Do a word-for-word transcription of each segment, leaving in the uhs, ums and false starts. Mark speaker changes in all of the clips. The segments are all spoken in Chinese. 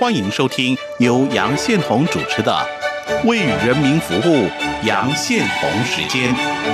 Speaker 1: 欢迎收听由杨宪宏主持的《为人民服务》杨宪宏时间。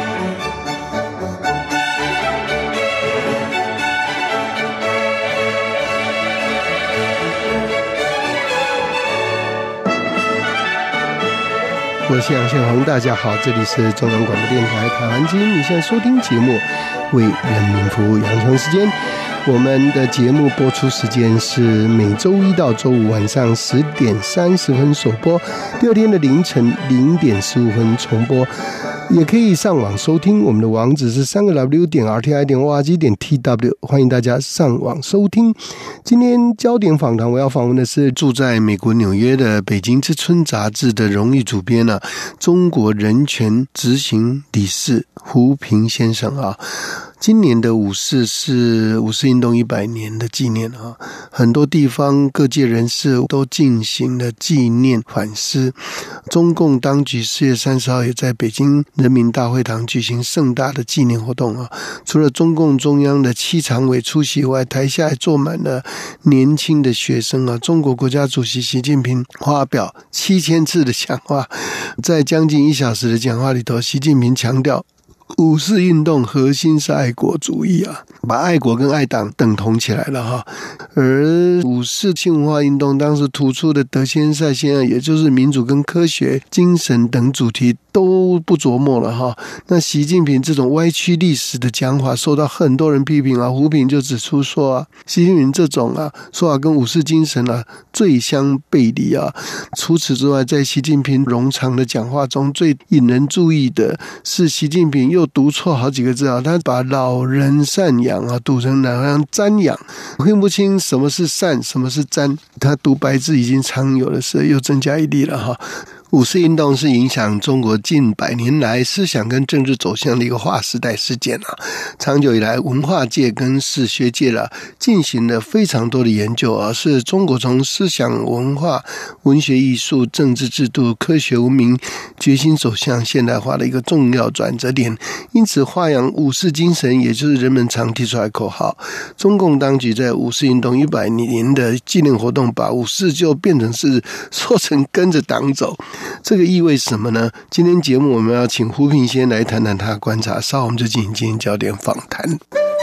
Speaker 2: 我是杨宪宏，大家好，这里是中央广播电台台湾之音，你现在收听节目《为人民服务》杨宪宏时间。我们的节目播出时间是每周一到周五晚上十点三十分首播，第二天的凌晨零点十五分重播。也可以上网收听，我们的网址是三个 W 点 R T I 点 O R G 点 T W， 欢迎大家上网收听。今天焦点访谈，我要访问的是住在美国纽约的《北京之春》杂志的荣誉主编啊，中国人权执行理事胡平先生啊。今年的五四是五四运动一百年的纪念啊，很多地方各界人士都进行了纪念反思。中共当局四月三十号也在北京人民大会堂举行盛大的纪念活动啊，除了中共中央的七常委出席外，台下还坐满了年轻的学生啊。中国国家主席习近平发表七千字的讲话，在将近一小时的讲话里头，习近平强调五四运动核心是爱国主义啊，把爱国跟爱党等同起来了哈。而五四新文化运动当时突出的德先赛先啊，也就是民主跟科学精神等主题都不琢磨了哈。那习近平这种歪曲历史的讲法受到很多人批评啊。胡平就指出说啊，习近平这种啊说法跟五四精神啊最相背离啊。除此之外，在习近平冗长的讲话中，最引人注意的是习近平又读错好几个字啊，他把老人赡养啊读成好像瞻仰，分不清什么是赡什么是瞻，他读白字已经常有的事，又增加一例了哈。五四运动是影响中国近百年来思想跟政治走向的一个划时代事件啊。长久以来，文化界跟史学界啦进行了非常多的研究啊，是中国从思想文化、文学艺术、政治制度、科学文明决心走向现代化的一个重要转折点。因此，发扬五四精神，也就是人们常提出来的口号。中共当局在五四运动一百年的纪念活动，把五四就变成是说成跟着党走。这个意味什么呢？今天节目我们要请胡平先来谈谈他的观察，稍后我们就进行今天焦点访谈。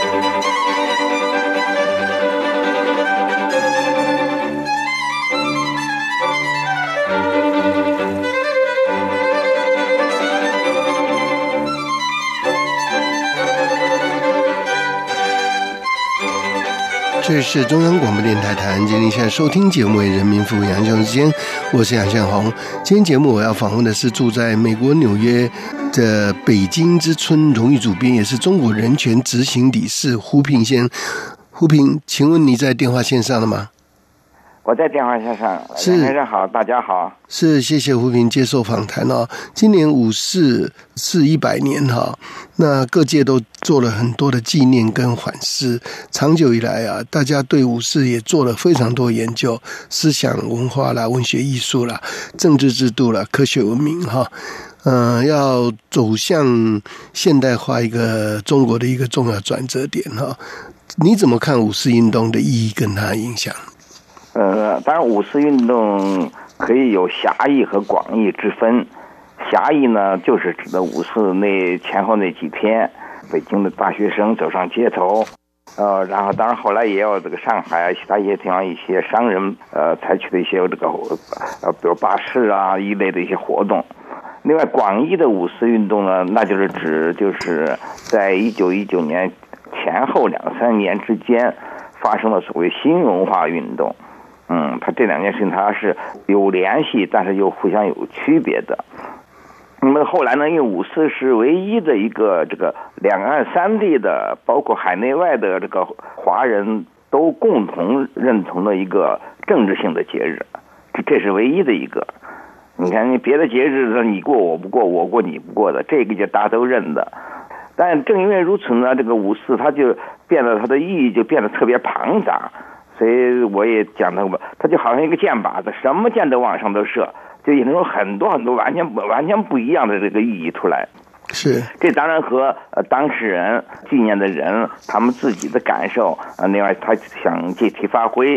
Speaker 2: 这是中央广播电台台湾之音，现在收听节目为人民服务杨宪宏时间，我是杨宪宏。今天节目我要访问的是住在美国纽约的北京之春荣誉主编，也是中国人权执行理事胡平先生。胡平，请问你在电话线上了吗？
Speaker 3: 我在电话线上。
Speaker 2: 是，
Speaker 3: 先生好，大家好。
Speaker 2: 是，谢谢胡平接受访谈哦。今年五四是一百年哈，那各界都做了很多的纪念跟反思。长久以来啊，大家对五四也做了非常多研究，思想文化啦、文学艺术啦、政治制度啦、科学文明哈。呃，要走向现代化一个中国的一个重要转折点哈。你怎么看五四运动的意义跟它的影响？
Speaker 3: 呃，当然，五四运动可以有狭义和广义之分。狭义呢，就是指的五四那前后那几天，北京的大学生走上街头，呃，然后当然后来也有这个上海啊，其他一些地方一些商人呃采取的一些这个呃，比如罢市啊一类的一些活动。另外，广义的五四运动呢，那就是指就是在一九一九年前后两三年之间发生了所谓新文化运动。嗯，它这两件事情它是有联系，但是又互相有区别的。那么后来呢，因为五四是唯一的一个这个两岸三地的，包括海内外的这个华人都共同认同的一个政治性的节日，这这是唯一的一个。你看，你别的节日你过我不过，我过你不过的，这个就大家都认的。但正因为如此呢，这个五四它就变得它的意义就变得特别庞杂。所以我也讲到过，它就好像一个箭靶子，什么箭都往上都射，就引出很多很多完全完全不一样的这个意义出来。
Speaker 2: 是，
Speaker 3: 这当然和呃当事人纪念的人他们自己的感受啊、呃，另外他想借题发挥，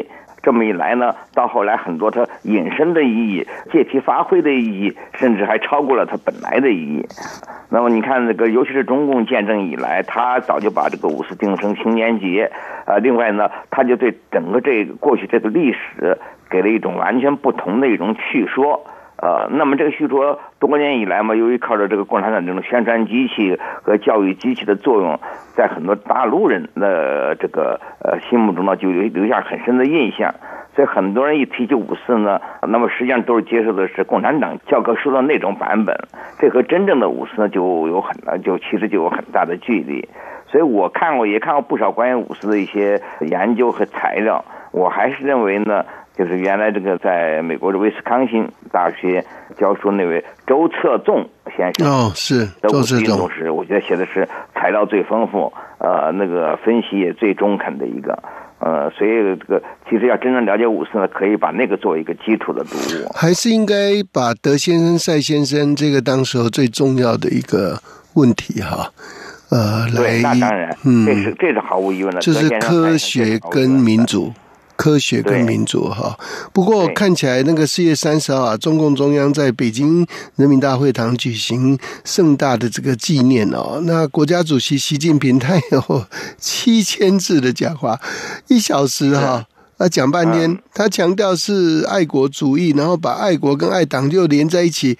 Speaker 3: 这么一来呢，到后来很多它引申的意义、借题发挥的意义，甚至还超过了它本来的意义。那么你看这个，尤其是中共建政以来，他早就把这个五四定成青年节，呃，另外呢，他就对整个这个过去这个历史给了一种完全不同的一种叙说。呃，那么这个叙说多年以来嘛，由于靠着这个共产党这种宣传机器和教育机器的作用，在很多大陆人的这个呃心目中呢，就留留下很深的印象。所以很多人一提起五四呢，那么实际上都是接受的是共产党教科书的那种版本，这和真正的五四呢就有很大，就其实就有很大的距离。所以我看过也看过不少关于五四的一些研究和材料，我还是认为呢，就是原来这个在美国的威斯康星大学教书那位周策纵先生
Speaker 2: 哦，是
Speaker 3: 周策纵是我觉得写的是材料最丰富，呃，那个分析也最中肯的一个。呃，所以这个其实要真正了解五四呢，可以把那个作为一个基础的读物，
Speaker 2: 还是应该把德先生、赛先生这个当时候最重要的一个问题哈，呃，来，
Speaker 3: 那当然，嗯，这是这是毫无疑问的，
Speaker 2: 就是科学跟民主。科学跟民主哈，不过看起来那个四月三十号啊，中共中央在北京人民大会堂举行盛大的这个纪念哦。那国家主席习近平他有七千字的讲话，一小时哈。他讲半天，他强调是爱国主义，然后把爱国跟爱党就连在一起，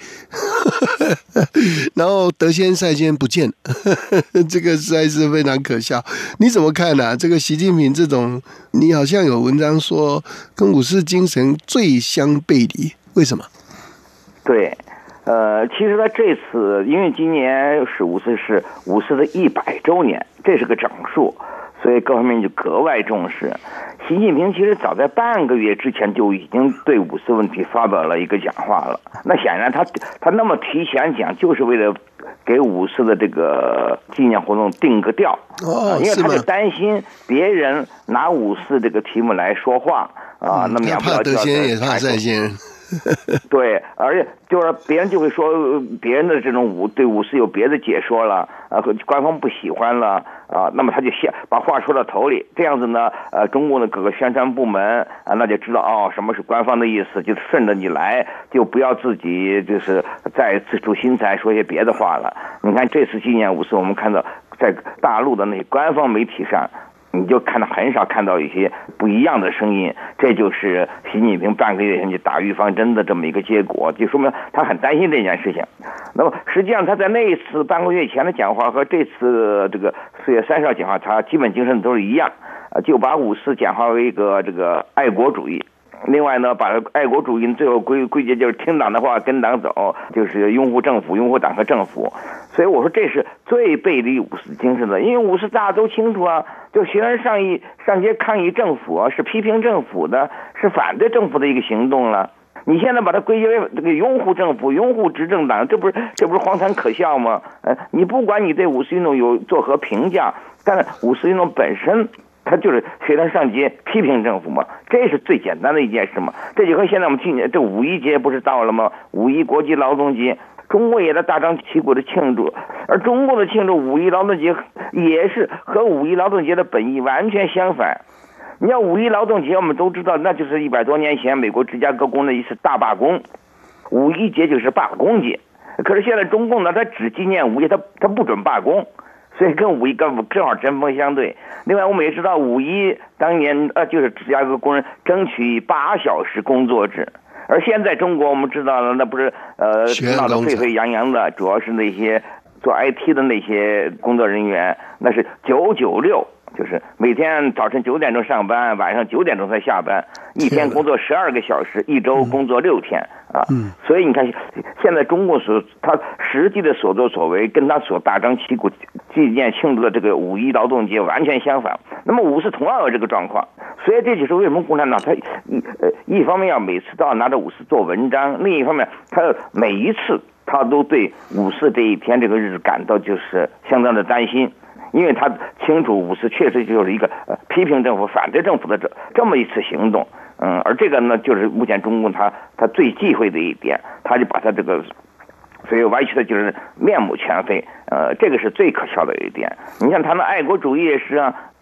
Speaker 2: 然后德先赛先不见，这个实在是非常可笑。你怎么看啊？这个习近平这种，你好像有文章说跟五四精神最相背离，为什么？
Speaker 3: 对，呃，其实他这次因为今年是五四是五四的一百周年，这是个整数，所以各方面就格外重视。习近平其实早在半个月之前就已经对五四问题发表了一个讲话了。那显然他他那么提前讲，就是为了给五四的这个纪念活动定个调，
Speaker 2: 哦，
Speaker 3: 因为他就担心别人拿五四这个题目来说话啊，那么免不了
Speaker 2: 怕德先生也怕赛先生。
Speaker 3: 对，而且就是别人就会说别人的这种五对五四有别的解说了，啊，官方不喜欢了啊，那么他就先把话说到头里，这样子呢，呃，中共的各个宣传部门啊，那就知道哦，什么是官方的意思，就顺着你来，就不要自己就是再自出心裁说些别的话了。你看这次纪念五四，我们看到在大陆的那些官方媒体上，你就看到很少看到一些不一样的声音，这就是习近平半个月前去打预防针的这么一个结果，就说明他很担心这件事情。那么实际上他在那一次半个月前的讲话和这次这个四月三十号讲话，他基本精神都是一样，就把五四简化为一个这个爱国主义。另外呢，把爱国主义最后归归结就是听党的话，跟党走，就是拥护政府，拥护党和政府。所以我说这是最背离五四精神的，因为五四大家都清楚啊，就学生上议上街抗议政府啊，是批评政府的，是反对政府的一个行动了。你现在把它归结为这个拥护政府、拥护执政党，这不是这不是荒唐可笑吗？呃，你不管你对五四运动有作何评价，但是五四运动本身，他就是学生上街批评政府嘛，这是最简单的一件事嘛。这就和现在我们今年这五一节不是到了吗？五一国际劳动节，中国也在大张旗鼓的庆祝，而中国的庆祝五一劳动节也是和五一劳动节的本意完全相反。你要五一劳动节，我们都知道，那就是一百多年前美国芝加哥工的一次大罢工，五一节就是罢工节。可是现在中共呢，他只纪念五一，他他不准罢工。所以跟五一刚正好针锋相对。另外，我们也知道五一当年呃就是芝加哥工人争取八小时工作制，而现在中国我们知道了，那不是呃闹得沸沸扬扬的，主要是那些做 I T 的那些工作人员，那是九九六。就是每天早晨九点钟上班，晚上九点钟才下班，一天工作十二个小时，一周工作六天啊。所以你看，现在中国所他实际的所作所为，跟他所大张旗鼓纪念庆祝的这个五一劳动节完全相反。那么五四同样有这个状况，所以这就是为什么共产党他一呃一方面要每次都要拿着五四做文章，另一方面他每一次他都对五四这一天这个日子感到就是相当的担心。因为他清楚五四确实就是一个呃批评政府、反对政府的这这么一次行动，嗯，而这个呢，就是目前中共他他最忌讳的一点，他就把他这个，所以歪曲的就是面目全非，呃，这个是最可笑的一点。你像他的爱国主义也是啊，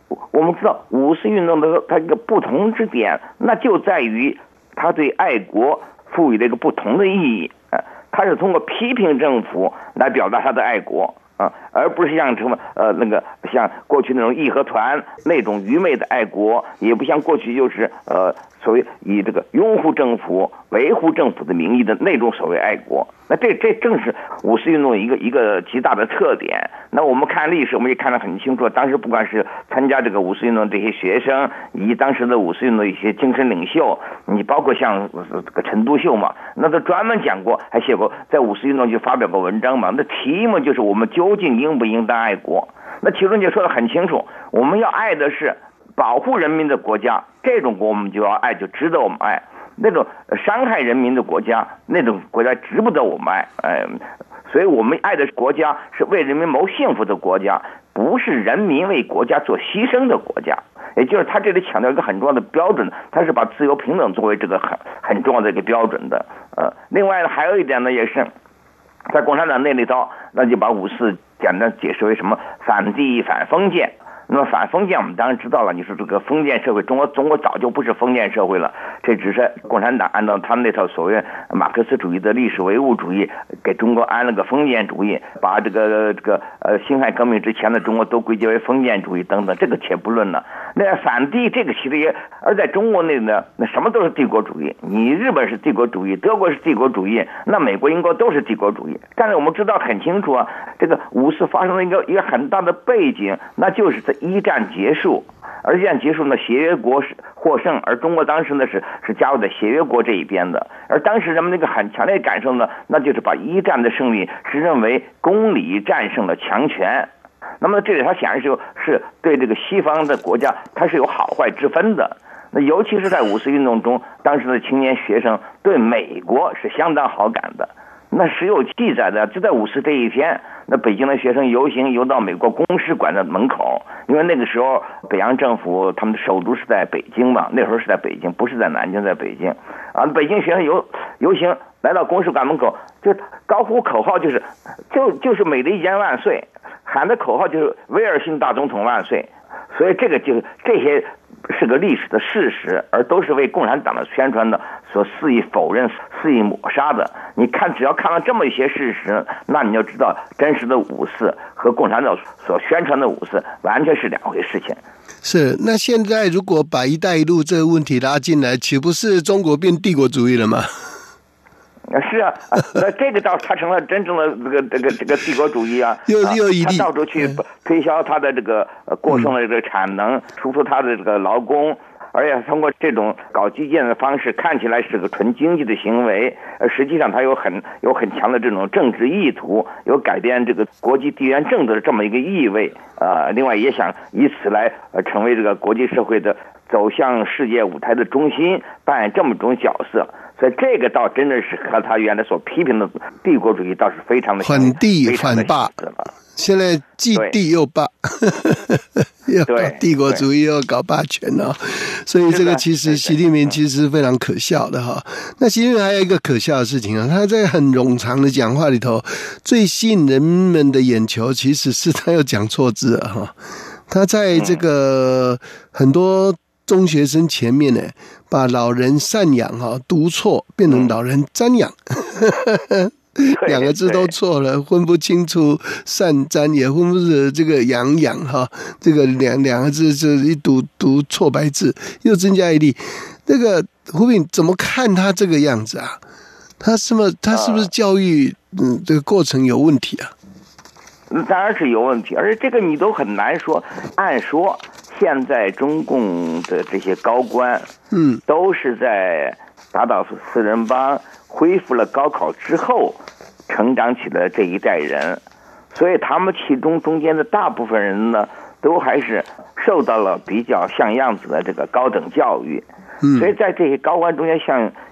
Speaker 3: 我们知道五四运动的它一个不同之点，那就在于它对爱国赋予了一个不同的意义。它是通过批评政府来表达它的爱国啊，而不是像什么呃那个像过去那种义和团那种愚昧的爱国，也不像过去就是呃所谓以这个拥护政府、维护政府的名义的那种所谓爱国。那这这正是五四运动一个一个极大的特点。那我们看历史，我们也看得很清楚，当时不管是参加这个五四运动这些学生，以及当时的五四运动一些精神领袖，你包括像这个陈独秀嘛，那他专门讲过，还写过在五四运动就发表过文章嘛。那题目就是我们究竟应不应当爱国？那其中就说得很清楚，我们要爱的是保护人民的国家，这种国我们就要爱，就值得我们爱。那种伤害人民的国家，那种国家值不得我们爱。哎，所以我们爱的国家是为人民谋幸福的国家，不是人民为国家做牺牲的国家。也就是他这里强调一个很重要的标准，他是把自由平等作为这个很很重要的一个标准的。呃，另外呢，还有一点呢，也是在共产党那里头，那就把五四简单解释为什么反帝反封建。那么反封建我们当然知道了，你说这个封建社会，中国中国早就不是封建社会了，这只是共产党按照他们那套所谓马克思主义的历史唯物主义，给中国安了个封建主义，把这个这个呃辛亥革命之前的中国都归结为封建主义等等，这个且不论了。那反帝这个其实也，而在中国内呢，那什么都是帝国主义，你日本是帝国主义，德国是帝国主义，那美国英国都是帝国主义。但是我们知道很清楚啊，这个五四发生了一个一个很大的背景，那就是在一战结束，而一战结束呢，协约国是获胜，而中国当时呢是是加入在协约国这一边的。而当时人们那个很强烈的感受呢，那就是把一战的胜利是认为公理战胜了强权。那么这里它显然是是对这个西方的国家它是有好坏之分的。那尤其是在五四运动中，当时的青年学生对美国是相当好感的。那是有记载的，就在五四这一天，那北京的学生游行游到美国公使馆的门口，因为那个时候北洋政府他们的首都是在北京嘛，那时候是在北京，不是在南京，在北京啊。北京学生游游行来到公使馆门口，就高呼口号，就是就就是美利坚万岁，喊的口号就是威尔逊大总统万岁。所以这个就这些是个历史的事实，而都是为共产党的宣传的所肆意否认、肆意抹杀的。你看，只要看到这么一些事实，那你就知道真实的五四和共产党所宣传的五四完全是两回事情。
Speaker 2: 是，那现在如果把一带一路这个问题拉进来，岂不是中国变帝国主义了吗？
Speaker 3: 是啊，那这个倒他成了真正的这个这个这个帝国主义啊！
Speaker 2: 又又一例，
Speaker 3: 他到处去推销他的这个过剩的这个产能，输出他的这个劳工，而且通过这种搞基建的方式，看起来是个纯经济的行为，呃，实际上他有很有很强的这种政治意图，有改变这个国际地缘政治的这么一个意味啊、呃。另外也想以此来呃成为这个国际社会的走向世界舞台的中心，扮演这么一种角色。所以这个倒真的是和他原来所批评的帝国主义倒是非常的
Speaker 2: 反帝反霸，现在既帝又霸，又搞帝国主义又搞霸权哦。所以这个其实习近平其实非常可笑的哈。那习近平还有一个可笑的事情啊，他在很冗长的讲话里头，最吸引人们的眼球其实是他又讲错字了哈。他在这个很多中学生前面呢，把老人赡养哈读错，变成老人瞻仰，两个字都错了，分不清楚赡瞻，也分不出这个养养哈，这个两两个字是一读读错白字，又增加一例。这个胡炳怎么看他这个样子啊？他是不是他是不是教育嗯这个过程有问题啊？
Speaker 3: 当然是有问题，而且这个你都很难说。按说现在中共的这些高官，嗯，都是在打倒四人帮、恢复了高考之后，成长起了这一代人，所以他们其中中间的大部分人呢，都还是受到了比较像样子的这个高等教育。嗯，所以在这些高官中间像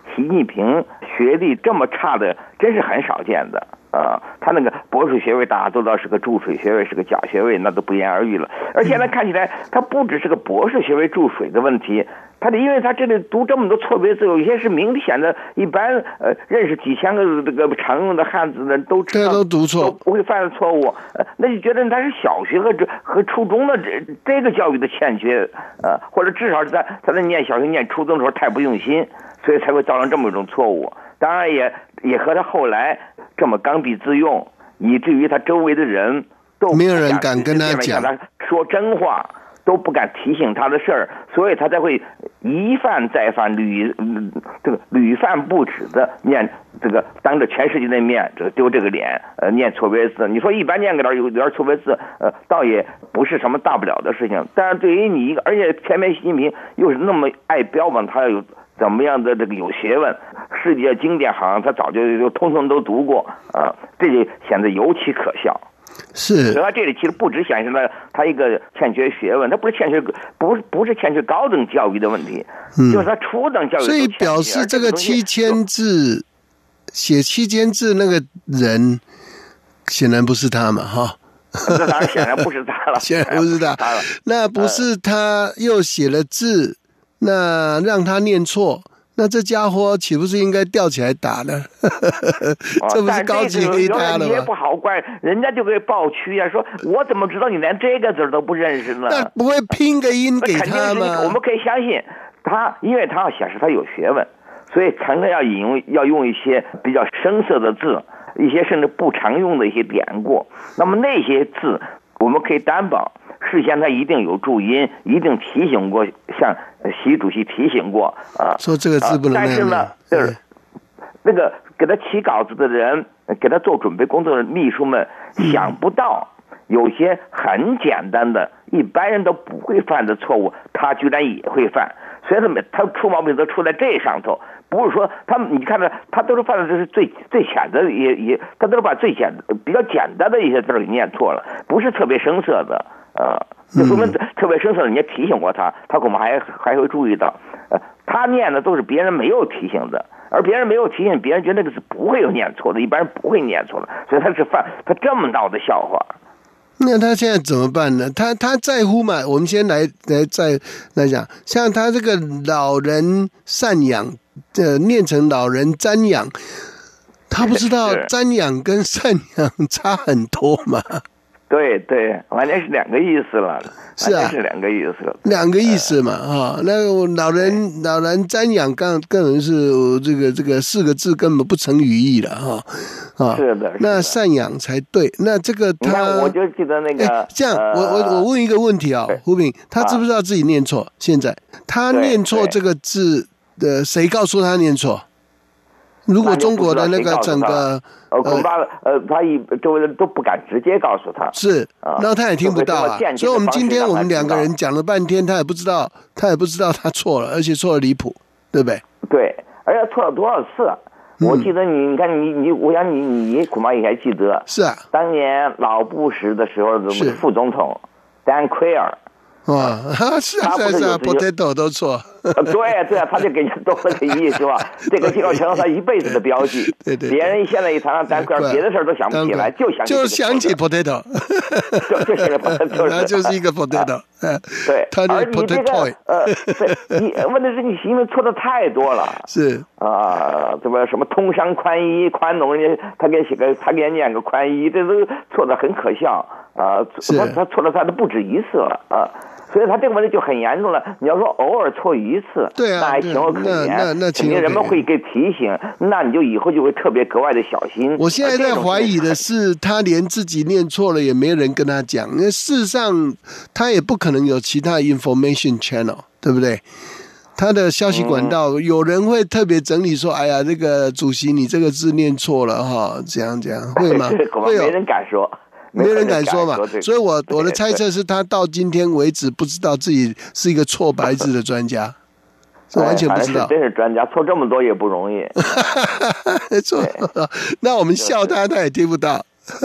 Speaker 3: 习近平学历这么差的，真是很少见的。啊，他那个博士学位大家都知道是个注水学位，是个假学位，那都不言而喻了。而现在看起来，他不只是个博士学位注水的问题，他的因为他这里读这么多错别字，有些是明显的，一般呃认识几千个这个常用的汉字的人都知道，
Speaker 2: 都读错，
Speaker 3: 都不会犯的错误。呃，那就觉得他是小学和这和初中的这这个教育的欠缺，呃，或者至少是在他在念小学、念初中的时候太不用心，所以才会造成这么一种错误。当然也也和他后来这么刚愎自用，以至于他周围的人都
Speaker 2: 没有人敢跟他讲，
Speaker 3: 他说真话都不敢提醒他的事儿，所以他才会一犯再犯，屡这个屡犯不止的念这个当着全世界的面这丢这个脸，呃，念错别字。你说一般念个点有点错别字，呃，倒也不是什么大不了的事情。但是对于你一个，而且前面习近平又是那么爱标榜他要有怎么样的这个有学问，世界经典好像他早就就通通都读过啊，这就显得尤其可笑。
Speaker 2: 是，
Speaker 3: 所以他这里其实不只显示了他一个欠缺学问，他不是欠缺不是不是欠缺高等教育的问题，嗯、就是他初等教育。
Speaker 2: 所以表示这个七千字写七千字那个人显然不是他嘛，哈。
Speaker 3: 这当然显然不是他了，
Speaker 2: 显然不是他。那不是他又写了字。那让他念错，那这家伙岂不是应该吊起来打呢？这不是高级黑他了吗？
Speaker 3: 也不好怪，人家就可以爆区啊，说我怎么知道你连这个字都不认识呢？
Speaker 2: 那不会拼个音给他吗？
Speaker 3: 我们可以相信他，因为他要显示他有学问，所以常常要引用要用一些比较生涩的字，一些甚至不常用的一些典故。那么那些字，我们可以担保。事先他一定有注音，一定提醒过，像习主席提醒过啊，
Speaker 2: 说这个字不能那样。
Speaker 3: 但是呢，就是那个给他起稿子的人，给他做准备工作的秘书们，想不到有些很简单的、一般人都不会犯的错误，他居然也会犯。所以他每他出毛病都出在这上头，不是说他们你看着他都是犯的这是最最浅的，也也他都是把最简比较简单的一些字给念错了，不是特别生涩的。呃，就说明特别生涩的，人家提醒过他，他恐怕还还会注意到。呃，他念的都是别人没有提醒的，而别人没有提醒，别人觉得那个是不会有念错的，一般人不会念错的，所以他是犯他这么闹的笑话。
Speaker 2: 那他现在怎么办呢？他他在乎嘛？我们先来来再来讲，像他这个老人赡养，呃，念成老人瞻仰，他不知道瞻仰跟赡养差很多嘛？
Speaker 3: 对对，完全是两个意思了，
Speaker 2: 是啊，
Speaker 3: 是两个意思了，
Speaker 2: 两个意思嘛，哈、呃哦。那老人老人瞻仰更更能是这个这个四个字根本不成语义了，哈、哦。啊，
Speaker 3: 是的，
Speaker 2: 那赡养才对。那这个他，
Speaker 3: 我就记得那个，
Speaker 2: 这样，
Speaker 3: 呃、
Speaker 2: 我我我问一个问题啊、哦，胡炳，他知不知道自己念错？啊、现在他念错这个字的，谁告诉他念错？如果中国的那个整个，
Speaker 3: 呃，恐怕呃，他一周围人都不敢直接告诉他，
Speaker 2: 是，然后他也听不到啊。所以，我们今天我们两个人讲了半天，他也不知道，他也不知道他错了，而且错了离谱，对不对？
Speaker 3: 对，而且错了多少次？我记得你，你看你你，我想你你恐怕也还记得，
Speaker 2: 是啊，
Speaker 3: 当年老布什的时候的副总统丹奎尔。
Speaker 2: 哇，是啊是啊 ，potato 都错。
Speaker 3: 对对啊，他就给人多了个意，是吧？这个就要成了他一辈子的标记。
Speaker 2: 对对，
Speaker 3: 别人现在一谈到丹奎尔，别的事儿都想不起来，就想
Speaker 2: 就想起 potato，
Speaker 3: 就就想起 potato，
Speaker 2: 他就是一个 potato。
Speaker 3: 对，
Speaker 2: 他的
Speaker 3: potato。呃，你问题是你因为错的太多了。
Speaker 2: 是
Speaker 3: 啊，怎么什么通商宽衣宽农，人家他给写个他给念个宽衣，这都错的很可笑啊！他他错了他都不止一次了啊！所以他这个问题就很严重了。你要说偶尔错一次，
Speaker 2: 对啊，
Speaker 3: 那还情有可原，
Speaker 2: 那那
Speaker 3: 肯定人们会给提醒，那你就以后就会特别格外的小心。
Speaker 2: 我现在在怀疑的是，他连自己念错了也没人跟他讲，因为事实上他也不可能有其他 information channel， 对不对？他的消息管道、嗯、有人会特别整理说：“哎呀，这个主席你这个字念错了哈，这样这样会吗？”会有，
Speaker 3: 没人敢说。
Speaker 2: 没人敢说嘛，所以我我的猜测是他到今天为止不知道自己是一个错白字的专家，是完全不知道。
Speaker 3: 真是专家，错这么多也不容易。
Speaker 2: 错，那我们笑他，他也听不到。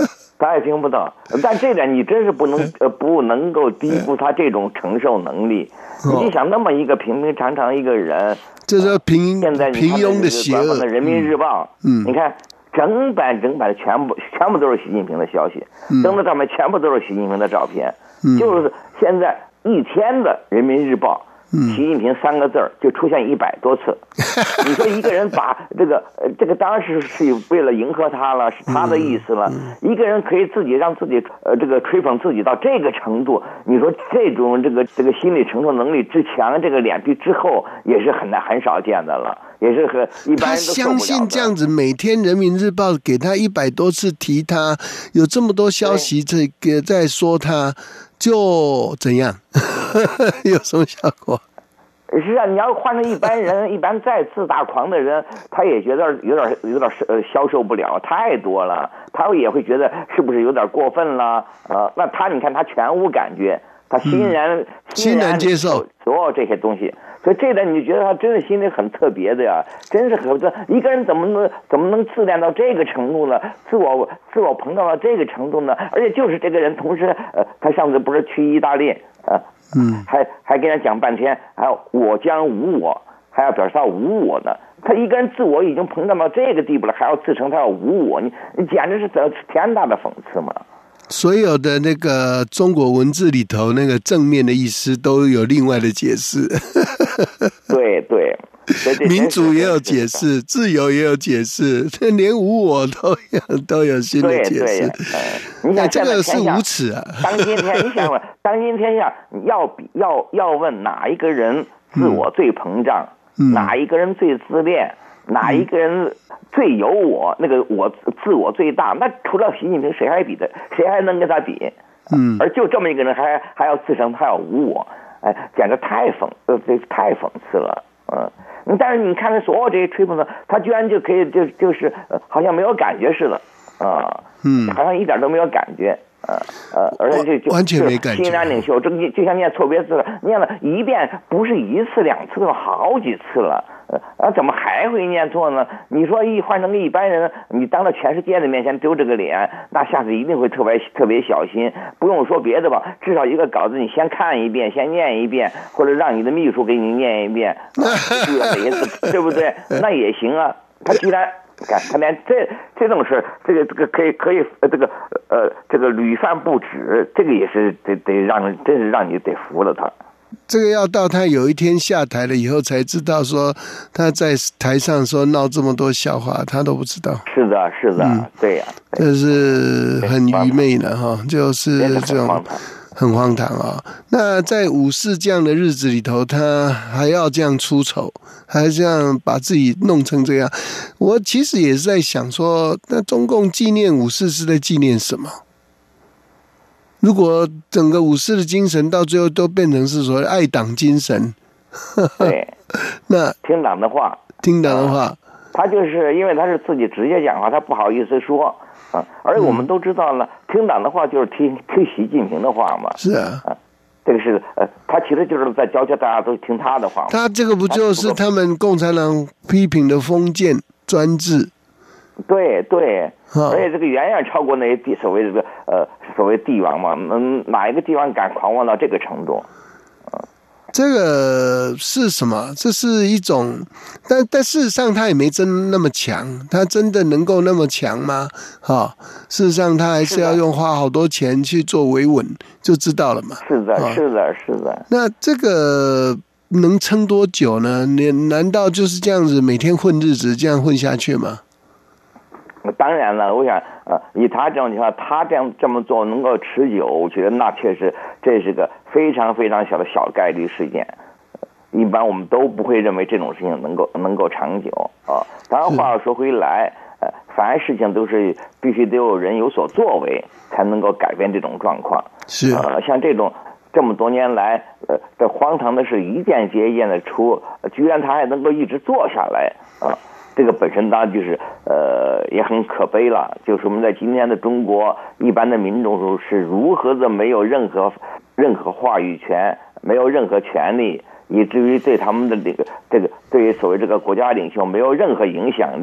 Speaker 3: 他也听不到。但这点你真是不能呃不能够低估他这种承受能力。你想那么一个平平常常一个人，
Speaker 2: 这是平
Speaker 3: 现在你
Speaker 2: 平庸的邪恶。
Speaker 3: 的《人民日报》，
Speaker 2: 嗯，
Speaker 3: 你看整版整版的全部全部都是习近平的消息，登到上面全部都是习近平的照片，
Speaker 2: 嗯，
Speaker 3: 就是现在一天的《人民日报》。习近平三个字儿就出现一百多次，你说一个人把这个呃这个当然是是为了迎合他了，是他的意思了。一个人可以自己让自己呃这个吹捧自己到这个程度，你说这种这个这个心理承受能力之强，这个脸皮之厚也是很难很少见的了，也是和一般人都受不了的。
Speaker 2: 他相信这样子，每天《人民日报》给他一百多次提他，有这么多消息这个在说他。就怎样有什么效果？
Speaker 3: 是啊，你要换成一般人，一般再自大狂的人，他也觉得有点有点呃消受不了，太多了，他也会觉得是不是有点过分了？呃，那他你看他全无感觉，他欣然、嗯、
Speaker 2: 欣然接受
Speaker 3: 所有这些东西，所以这点你觉得他真是心里很特别的呀，真是很一个人怎么能怎么能自恋到这个程度呢？自我自我膨胀到这个程度呢？而且就是这个人，同时呃，他上次不是去意大利呃。
Speaker 2: 嗯，
Speaker 3: 还还跟人讲半天，还有我将无我，还要表示他无我呢。他一个人自我已经膨胀到这个地步了，还要自称他要无我，你你简直是天大的讽刺嘛！
Speaker 2: 所有的那个中国文字里头，那个正面的意思都有另外的解释。
Speaker 3: 对对。
Speaker 2: 民主也有解释，自由也有解释，连无我都有都有新的解释。
Speaker 3: 呃、你想
Speaker 2: 这个是无耻啊！
Speaker 3: 当今天你想，当今天下要比要要问哪一个人自我最膨胀，
Speaker 2: 嗯、
Speaker 3: 哪一个人最自恋，嗯、哪一个人最有我，那个我自我最大，那除了习近平，谁还比的？谁还能跟他比？
Speaker 2: 嗯，
Speaker 3: 而就这么一个人还还要自称他要无我，哎，简直太讽呃这太讽刺了，嗯。但是你看，所有这些吹捧的，他居然就可以就就是、呃、好像没有感觉似的啊，
Speaker 2: 嗯，
Speaker 3: 好像一点都没有感觉，呃呃，而且就
Speaker 2: 完全没感觉。
Speaker 3: 欣然领袖，这就像念错别字了，念了一遍，不是一次两次，了好几次了，呃啊，怎么还会念错呢？你说一换成个一般人，你当着全世界的面前丢这个脸，那下次一定会特别特别小心。不用说别的吧，至少一个稿子你先看一遍，先念一遍，或者让你的秘书给你念一遍，啊，注意哪些字，对不对？那也行啊。他居然。看，他连这这种事，这个这个可以可以，呃，这个呃，这个屡犯不止，这个也是得得让人，真是让你得服了他。
Speaker 2: 这个要到他有一天下台了以后才知道，说他在台上说闹这么多笑话，他都不知道。
Speaker 3: 是的，是的，嗯、对呀、啊，
Speaker 2: 这是很愚昧的哈，就是这种。很荒唐啊、哦！那在五四这样的日子里头，他还要这样出丑，还这样把自己弄成这样。我其实也是在想说，那中共纪念五四是在纪念什么？如果整个五四的精神到最后都变成是所谓爱党精神，
Speaker 3: 对，
Speaker 2: 那
Speaker 3: 听党的话，
Speaker 2: 听党的话，
Speaker 3: 他就是因为他是自己直接讲话，他不好意思说。啊，而我们都知道了，嗯、听党的话就是听听习近平的话嘛。
Speaker 2: 是啊，
Speaker 3: 啊，这个是呃，他其实就是在教教大家都听他的话嘛。
Speaker 2: 他这个不就是他们共产党批评的封建专制？
Speaker 3: 对对，
Speaker 2: 哦、
Speaker 3: 而且这个远远超过那些帝所谓这个呃所谓帝王嘛，嗯，哪一个地方敢狂妄到这个程度？
Speaker 2: 这个是什么？这是一种，但但事实上他也没真那么强，他真的能够那么强吗？哈、哦，事实上他还是要用花好多钱去做维稳，就知道了嘛。
Speaker 3: 是的，
Speaker 2: 哦、
Speaker 3: 是的，是的。
Speaker 2: 那这个能撑多久呢？你难道就是这样子每天混日子，这样混下去吗？
Speaker 3: 当然了，我想，呃，以他这种情况，他这样这么做能够持久，我觉得那确实这是个非常非常小的小概率事件。一般我们都不会认为这种事情能够能够长久啊。当然，话又说回来，呃，凡事情都是必须得有人有所作为，才能够改变这种状况。
Speaker 2: 是，
Speaker 3: 呃，像这种这么多年来，呃，这荒唐的事一件接一件的出，居然他还能够一直做下来啊。这个本身当然就是呃也很可悲了，就是我们在今天的中国，一般的民众是如何的没有任何任何话语权，没有任何权利，以至于对他们的这个这个对于所谓这个国家领袖没有任何影响力，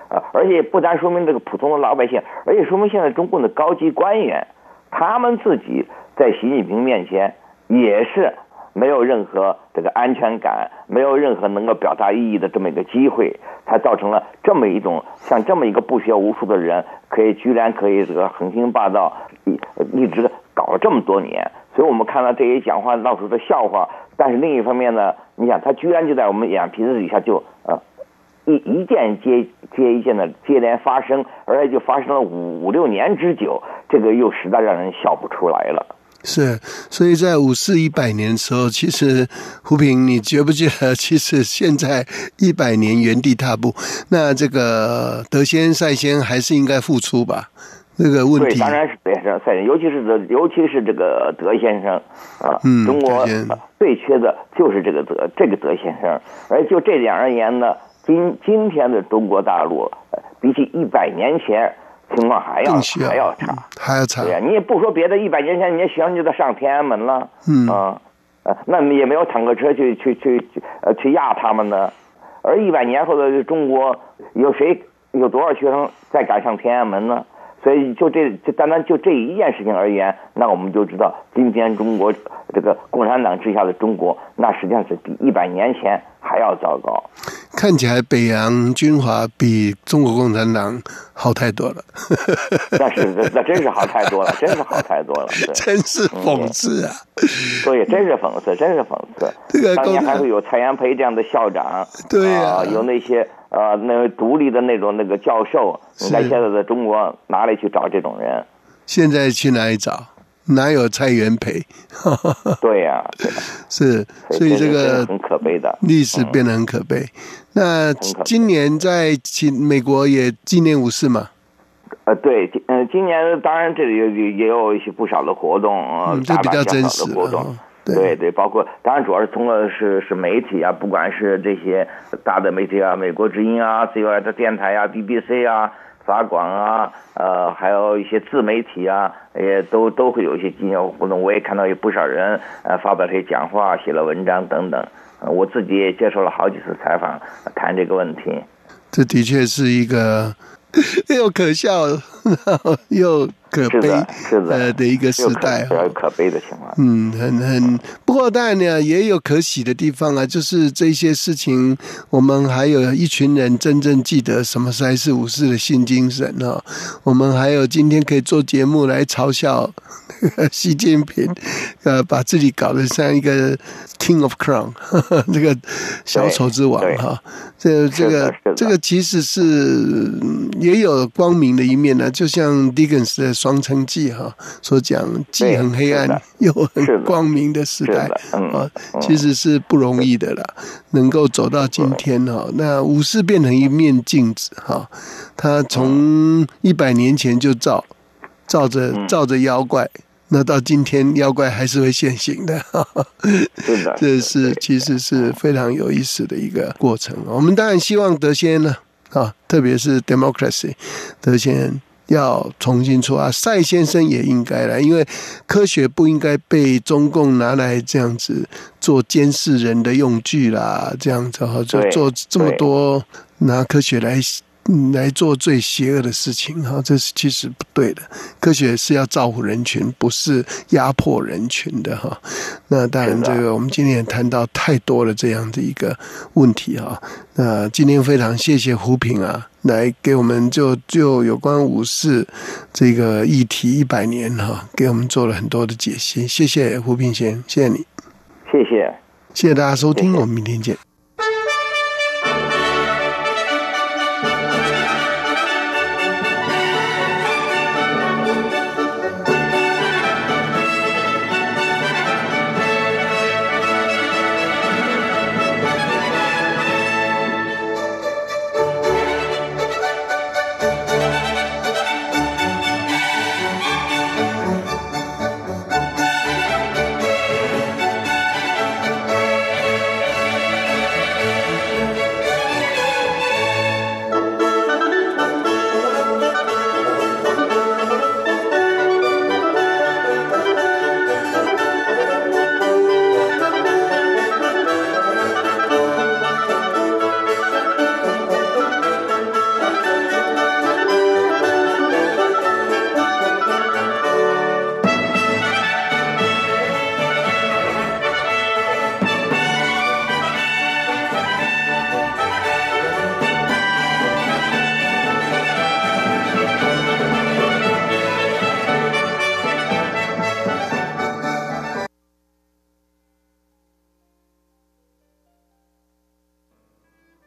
Speaker 3: 呃，而且不单说明这个普通的老百姓，而且说明现在中共的高级官员，他们自己在习近平面前也是没有任何这个安全感，没有任何能够表达意义的这么一个机会，才造成了这么一种像这么一个不学无术的人，可以居然可以这个横行霸道，一一直搞了这么多年。所以我们看到这些讲话闹出的笑话，但是另一方面呢，你想他居然就在我们眼皮子底下就呃一一件接接一件的接连发生，而且就发生了五五六年之久，这个又实在让人笑不出来了。
Speaker 2: 是，所以在五四一百年的时候，其实胡平，你觉不觉得，其实现在一百年原地踏步，那这个德先赛先还是应该付出吧？这个问题，
Speaker 3: 对，当然是德先赛先，尤其是这，尤其是这个德先生啊，嗯、中国、呃、最缺的就是这个德，这个德先生。而就这点而言呢，今今天的中国大陆，呃、比起一百年前情况还要还要差，
Speaker 2: 嗯、还要差。
Speaker 3: 对呀，你也不说别的，一百年前你学生就得上天安门了，嗯啊，呃，那也没有坦克车去去去呃去压他们呢。而一百年后的中国，有谁有多少学生再敢上天安门呢？所以就这就单单就这一件事情而言，那我们就知道今天中国这个共产党之下的中国，那实际上是比一百年前还要糟糕。
Speaker 2: 看起来北洋军阀比中国共产党好太多了。
Speaker 3: 那是那真是好太多了，真是好太多了，
Speaker 2: 真是讽刺啊！
Speaker 3: 对，真是讽刺，真是讽刺。这个当年还会有蔡元培这样的校长，
Speaker 2: 对呀、
Speaker 3: 啊呃，有那些呃那独立的那种那个教授，你在现在的中国哪里去找这种人？
Speaker 2: 现在去哪里找？哪有蔡元培？
Speaker 3: 对呀、啊，对
Speaker 2: 是，所以这个
Speaker 3: 很可悲的
Speaker 2: 历史变得很可悲。嗯、那今年在美国也纪念五四嘛？
Speaker 3: 呃，对，嗯、呃，今年当然这里也也有一些不少的活动，呃，
Speaker 2: 嗯、这比较真实
Speaker 3: 的活动。
Speaker 2: 哦
Speaker 3: 对 对, 对，包括当然主要是通过是是媒体啊，不管是这些大的媒体啊，美国之音啊，自由爱的电台啊 ，B B C 啊。法广啊，呃，还有一些自媒体啊，也都都会有一些纪念活动。我也看到有不少人呃发表这些讲话、写了文章等等。呃、我自己也接受了好几次采访，谈这个问题。
Speaker 2: 这的确是一个又可笑又可悲
Speaker 3: 是的是的
Speaker 2: 呃的一个时代
Speaker 3: 哈，可悲的情况。
Speaker 2: 嗯，很很不过当然呢，也有可喜的地方啊，就是这些事情，我们还有一群人真正记得什么才是五四的新精神啊。我们还有今天可以做节目来嘲笑习近平，呃，把自己搞得像一个 King of Crown 呵呵这个小丑之王哈。这这个这个其实是也有光明的一面呢，就像 Dickens 的《双城记》哈所讲，既很黑暗又很光明的时代啊，其实是不容易的啦，能够走到今天哈。那五四变成一面镜子哈，他从一百年前就照照着照着妖怪。那到今天，妖怪还是会现形的，
Speaker 3: 是的，
Speaker 2: 这是其实是非常有意思的一个过程。我们当然希望德先呢，啊，特别是 democracy， 德先要重新出发，赛先生也应该来，因为科学不应该被中共拿来这样子做监视人的用具啦，这样子哈，就做这么多拿科学来。来做最邪恶的事情哈，这是其实不对的。科学是要照顾人群，不是压迫人群的哈。那当然，这个我们今天也谈到太多了这样的一个问题哈。那今天非常谢谢胡平啊，来给我们就就有关五四这个议题一百年哈，给我们做了很多的解析。谢谢胡平先生，谢谢你，
Speaker 3: 谢谢，
Speaker 2: 谢谢大家收听，我们明天见。